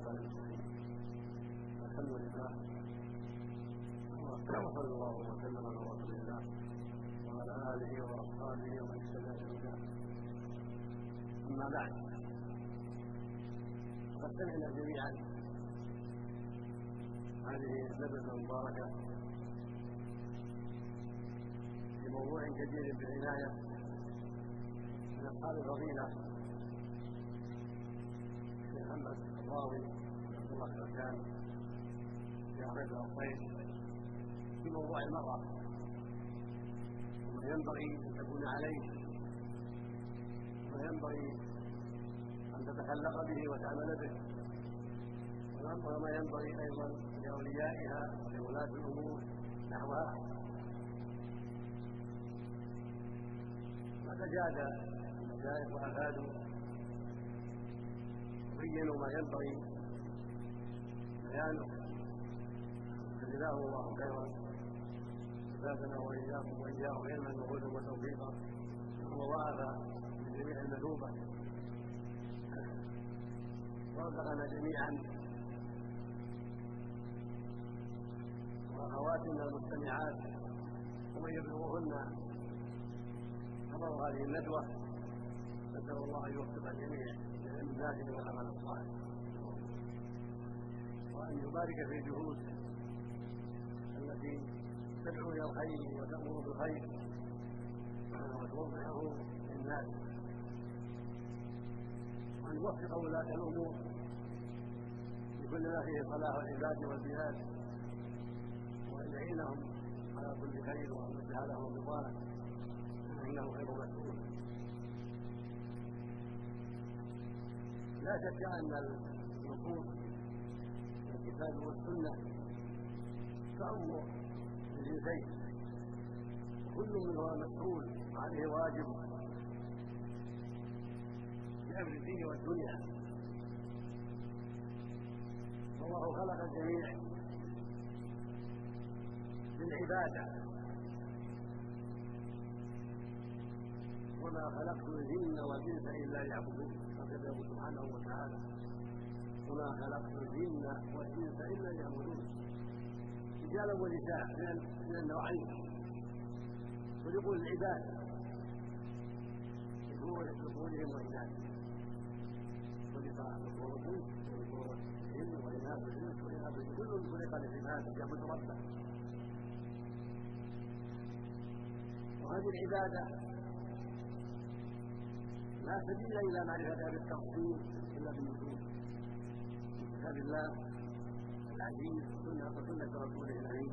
الرحمن الرحيم. الحمد لله وصلى الله وسلم على رسول الله وعلى اله واصحابه ومن اهتدى بهداه. اما بعد، قد سمعنا جميعا هذه الندوه المباركه في موضوع جديد بالعنايه من اصحاب الفضيله محمد الراوي عبد الله الشركان في عقيده الصيد في موضوع المرأة وما ينبغي أن تكون عليه وما ينبغي أن تتخلق به وتعمل به وما ينبغي أيضا لأوليائها ولولاة الأمور نحوها. وتجاد المشايخ وأفادوا بينوا ما ينبغي بيانه، جزاه الله خيرا زادنا واياهم علما وهدى وتوفيقا وضاعف لجميع المثوبه ورزقنا جميعا واخواتنا المستمعات ومن يبلغهن خبر هذه الندوه. نسال الله ان يوفق الجميع للعلم النافع والعمل الصالح وان يبارك في الجهود التي تدعو الى الخير وتامر بالخير وتوضحه للناس، وان يوفق ولاة الامور لكل ما فيه صلاح العباد والبلاد، وان يعينهم على كل خير وان يصلح لهم رضوانه انه خير مسؤول. لا شك ان النصوص من الكتاب والسنه تأمر بالجنسين، كل منهما مسؤول وعليه واجب في امر الدين والدنيا. والله خلق الجميع للعباده، وما خلقت الجن والانس الا ليعبدون، هكذا يقول سبحانه وتعالى: وما خلقت الجن والانس الا ليعبدون، رجالا ونساء من النوعين، وليقول العباد لذكورهم وإناثهم، ذكور الانس وذكور الجن واناث الانس واناث الجن، كل خلق لعباده يعبد ربه. وهذه العباده لا سبيل الى معرفتها بالتفصيل الا بالنصوص من كتاب الله العزيز وسنه رسوله الامين.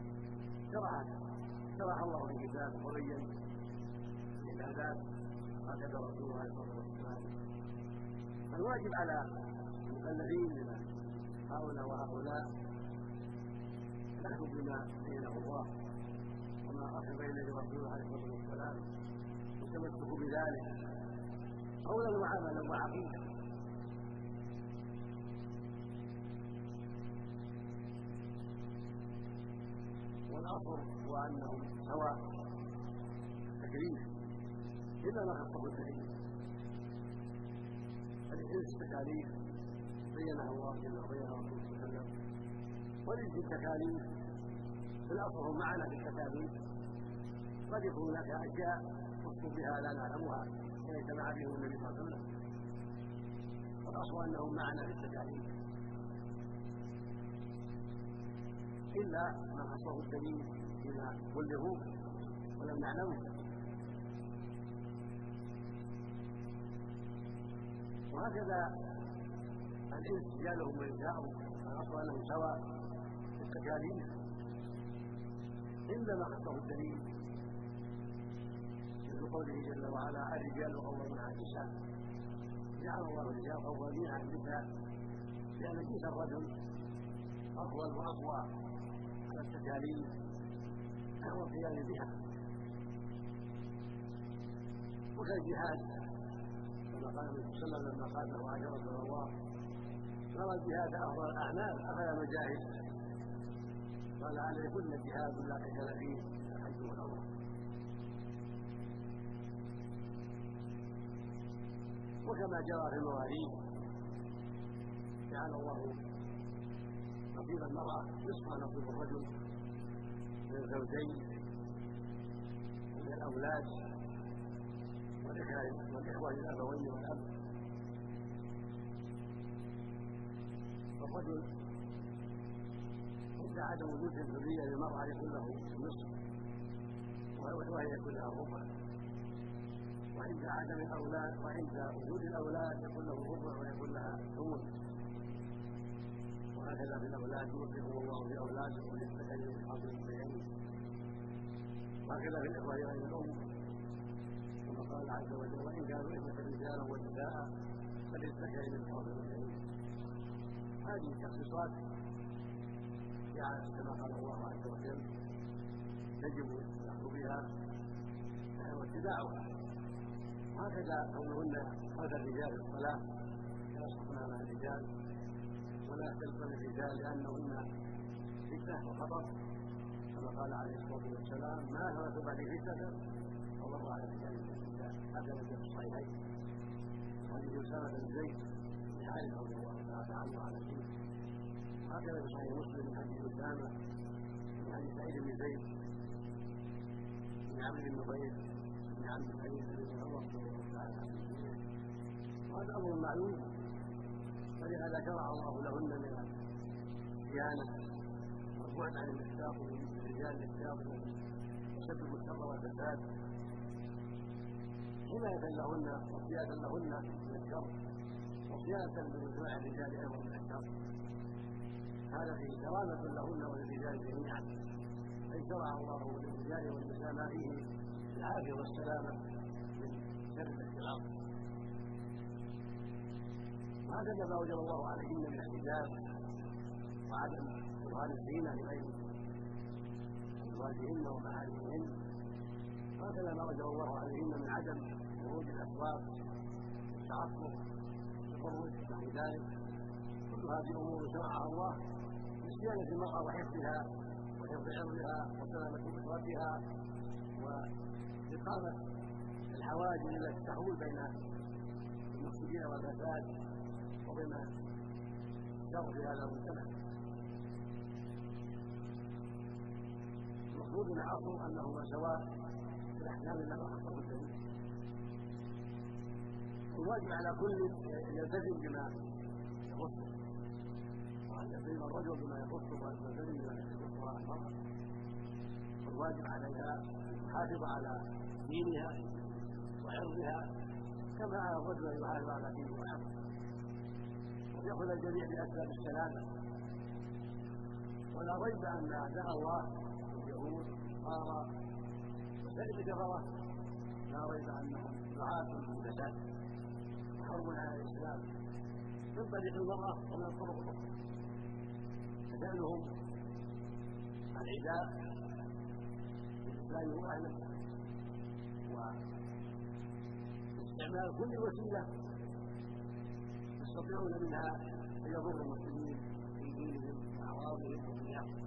شرع الله في كتابه وبين العبادات، هكذا رسول الله صلى الله عليه وسلم. الواجب على المكلفين من هؤلاء وهؤلاء نحكم بما بينه الله وما اخذ اليه رسوله عليه الصلاه والسلام، والتمسك بذلك قولا وعملا وعقيده. والاصل هو انهم سواء التكليف الا ما خصه الدليل. فالجنس تكاليف بينها الله جل وعلا ورسوله صلى الله عليه وسلم، وليس التكاليف في الاصل هم معنا في التكاليف، قد يكون هناك اشياء نخص بها لا نعلمها ليس مع به النبي صلى الله عليه وسلم، والاصل انهم معنا في التكاليف الا ما خصه الدليل بما كلفوا ولم نعلمه. وهكذا الانس رجالهم ونساءهم الاصل انهم سواء في التكاليف الا ما خصه الدليل، مثل قوله جل وعلا: الرجال قوامون على النساء. جعل الله الرجال قوامين على النساء لان جنس الرجل افضل واقوى على التكاليف والقيام بها. وكالجهاد كما قال النبي صلى الله عليه وسلم لما قال له: يا رسول الله، نرى الجهاد افضل الاعمال افلا نجاهد؟ قال: عليكن الجهاد لا قتال فيه الحج والعمره. وكما جرى في المواريث جعل الله نصيب المرأة نصف نصيب الرجل من الزوجين ومن الأولاد والإخوة الأبوين والأب. فالرجل عند عدم وجود الذرية للمرأة يكون له النصف وهي يكون لها الربع، وعند عدم الأولاد وعند وجود الأولاد يكون له الربع ويكون لها ثمن. وهكذا في الأولاد يوصيكم الله في أولادكم للذكر مثل حظ الأنثيين. وهكذا في الإخوة غير الأم كما قال عز وجل وإن كانوا إخوة رجالا ونساء فللذكر مثل حظ الأنثيين. هذه التخصيصات كما قال الله عز وجل يجب الأخذ بها واتباعها. وهكذا كونهن خلف الرجال في الصلاة لا يصحبن مع الرجال ولا يختلطن الرجال لأنهن فتنة وخطر، كما قال عليه الصلاة والسلام ما ترك بعد فتنة ومر على الرجال والنساء. هذا نزل في الصحيحين حديث أسامة بن زيد بن حارثة رضي الله تعالى عنه وعلى فيه. هكذا في صحيح مسلم من حديث أسامة من حديث سعيد بن زيد بن عمرو بن نبيل بن عبد الحليم بن عمر رضي الله تعالى عنه. وهذا أمر معلوم، ولهذا شرع الله لهن من الصيانة والبعد عن الاختلاط بالرجال الاختلاط الذي يسبب الشر والفساد، حماية لهن وصيانة لهن من الشر وصيانة لمجتمع الرجال أيضا من الشر. هذا فيه كرامة لهن وللرجال جميعا، أي شرع الله للرجال والنساء ما فيه العافية والسلامة من شر الاختلاط. وهكذا ما وجب الله عليهن من الحجاب وعدم إظهار الزينة لغير أزواجهن ومحارمهن، وهكذا ما وجب الله عليهن من عدم خروج الأسواق والتعطف والتفرج ونحو ذلك. كل هذه أمور شرعها الله لصيانة المرأة وحفظها وحفظ عرضها وسلامة أسرتها وإقامة الحواجز التي تحول بين المفسدين والفساد وبين الشر في هذا المجتمع. المقصود من العصر أنهما سواء في الأحكام التي خصه الدليل. الواجب على كل يلتزم بما يخصه، وأن يلتزم الرجل بما يخصه وأن يلتزم بما يخصها المرأة. والواجب عليها أن تحافظ على دينها وعرضها كما على الرجل أن يحافظ على دينه وعرضه، ويأخذ الجميع بأسباب السلامة. ولا ريب أن أعداء الله اليهود والنصارى وسائر الكفرة لا ريب أنهم دعاة للفساد وحرب على الإسلام من طريق المرأة ومن الطرق الأخرى. فشأنهم العداء بالإسلام وأهله واستعمال كل وسيلة يستطيعون منها أن يضروا المسلمين في دينهم وأعراضهم ودنياهم.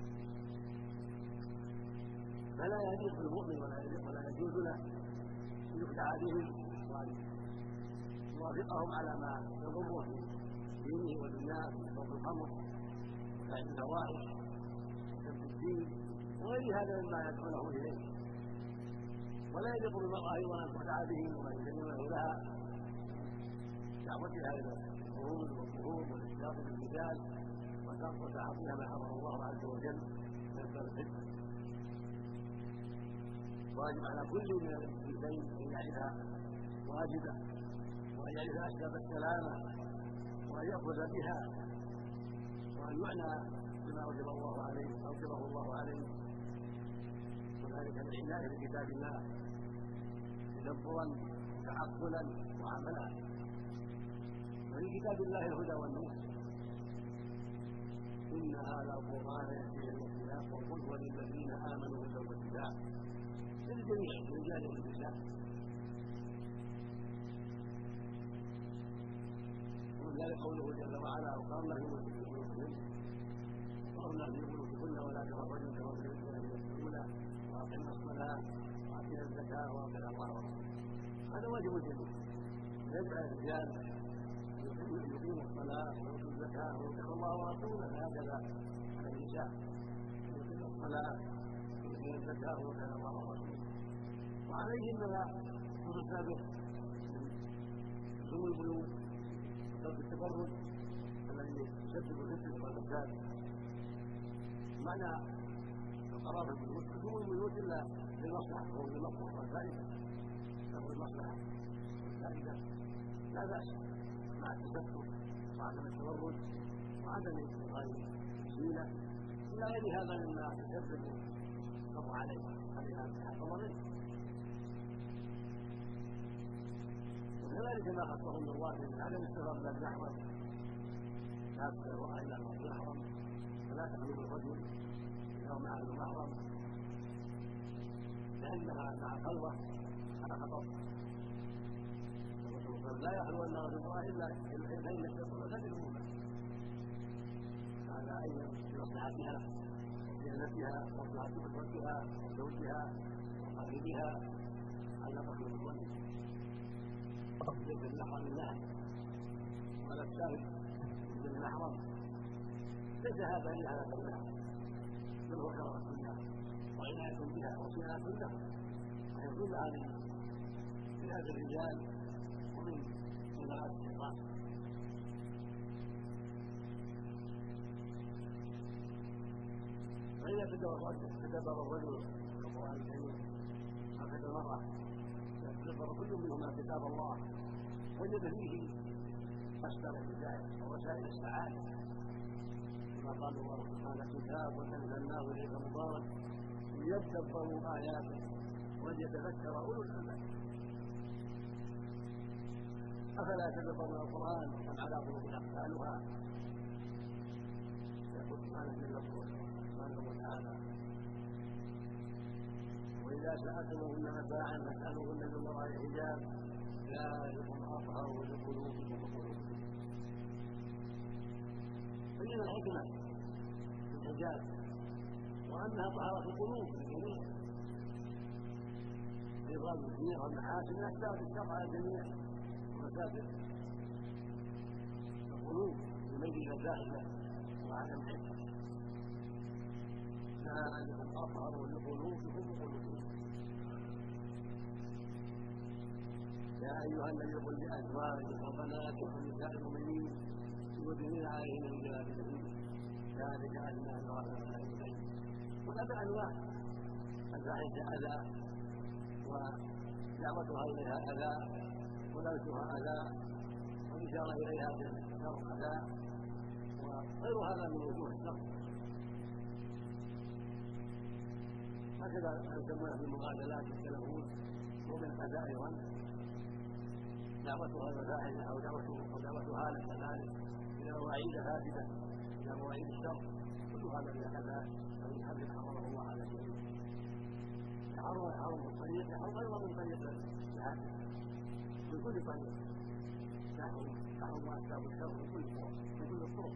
فلا يليق بالمؤمن ولا يجوز له أن يخدع بهم وأن يوافقهم على ما يضره في دينه ودنياه من شرب الخمر وفعل الفواحش وسب الدين وغير هذا مما يدعونه إليه. ولا يليق بالمرأة أيضا أن تخدع بهم وما يزينونه لها دعوتها إلى الخروج والظهور والاختلاط بالرجال وترك تعاطيها ما حرم الله عز وجل من أسباب الفتنة. واجب على كل من الزوجين أن يعرف واجبه وأن يعرف أسباب السلامة وأن يأخذ بها وأن يعنى بما أوجب الله عليه أوجبه الله عليه، وذلك العناية بكتاب الله تدبرا وتعقلا وعملا. وفي كتاب الله الهدى والنور، إن هذا القرآن يهدي للتي لا وقل للذين آمنوا هدى واتباع للجميع للرجال والنساء. ومن ذلك قوله جل وعلا وقال له وقرنا في بيوتكن ولا تبرجن تبرج الأولى وأقمنا الصلاة وآتينا الزكاة وأطعنا الله ورسوله. هذا واجب الجميع. يجب على الرجال أن يقيموا الصلاة ويؤتوا الزكاة امنوا اتقوا الله ورسوله فهكذا على النساء يقيم الصلاه ويقيم الزكاه وكان الله ورسوله وعليهن ما يكون السابق من لزوم البيوت وترك التبرج الذي يسبب الفتنه والفساد. معنى القرار في البيوت لزوم البيوت الا للمصلحه او للمصلحه والفائده او المصلحه والفائده لا باس مع التستر وعدم التبرج وعدم ابتغاء الزينه الى غير هذا مما يسبب الشر عليها تحفظ منه. وكذلك ما خصه من الله من عدم السفر لا بمحرم لا تسافر الا مع المحرم فلا تحمل الرجل له معه المحرم لانها مع الخلوه على خطر. لا يخلو النار بامراه الا فان الشيطان تجدهما هذا ايضا بمصلحتها وزينتها ومصلحه اسرتها وزوجها وقريبها على تخلو الظن ليس بمحرم الله ولا الشاهد بالمحرم ليس هذا الا هذا المحرم بل هو شرف الله وعنايه بها وصيانه له وحفظ لها من هذا الرجال ومن مبالغات الشيطان. فإذا تدبر الرجل القرآن الكريم هكذا المرأة يتدبر كل منهما كتاب الله وجد فيه مصدر الهداية ووسائل السعادة كما قال الله سبحانه كتاب وأنزلناه إليك مبارك ليدبروا آياته وليتذكر أولو الألباب. أفلا يتدبرون القرآن أم على قلوب أقفالها؟ يقول سبحانه وتعالى وإذا سألتموهن متاعا فاسألوهن من وراء حجاب ذلكم أطهر لقلوبكم وقلوبكم. بين الحكمة في الحجاب وأنها طهارة القلوب للجميع إيراد الدين والمحاسن أسباب الشرع على الجميع ومسابق القلوب بميل مزاحمة وعدم حكمة ذلكم أطهر لقلوبكم وقلوبكم. يا أيها النبي قل لأزواجك وبناتك ونساء المؤمنين يدنين عليهن من جلابيبهن ذلك أدنى أن يعرفن إليه. والأذى أنواع الفاحشة أذى ودعوتها إليها أذى ولمسها أذى والإشارة إليها بالشر أذى وغير هذا من وجوه الشر. هكذا يسمونها بالمغازلات التلفون ومن الأذى أيضا دعوتها المفاحشة أو دعوتها لك كذلك إلى مواعيد فاسدة إلى مواعيد الشر كل هذا من الأذى الذي حرمه الله على الجميع. يحرم الطريق يحرم أيضا من طريق الهاتف من كل طريق يحرم أسباب الشر من كل الطرق.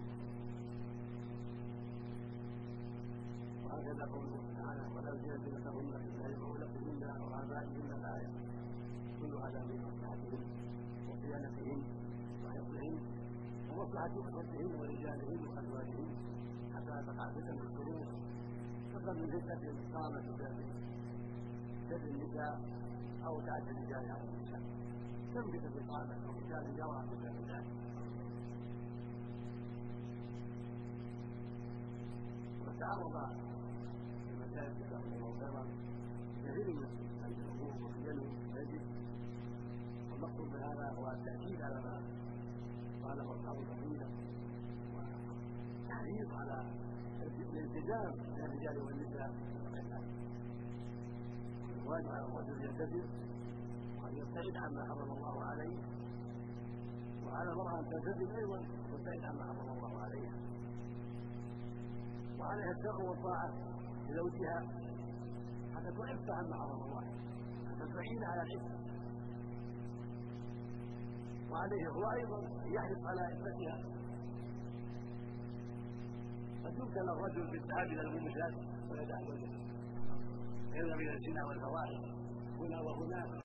وهكذا قوله تعالى ولو زينت لهن لهن وآبائهن الآية كل هذا من مصلحتهن وصيانتهن وحفظهن ومصلحة أخوتهن ورجالهن وأزواجهن حتى تقع فتن الشرور فقد من فتنة قامت بشد النساء أو تعدي الرجال على النساء كم فتنة قامت والرجال جرى بسبب ذلك. وتعرض المسائل الموضوعة كثير من الأمور وخيانه يجب والمقصود بهذا هو التأكيد على ما قاله أصحاب الفضيلة والتحريض على الالتزام بين الرجال والنساء الواجب على الرجل يلتزم وأن يبتعد عما حرم الله عليه وعلى المرأة أن تلتزم أيضا وتبتعد عما حرم الله عليها وعليها التقوى والطاعة لزوجها حتى تعف عما حرم الله حتى تعين على العفة وعليه هو أيضا يحرص على عفتها. قد يبتلى الرجل بالذهاب إلى المنبسات ويدع زوجته إلا من الزنا والفواحش هنا وهناك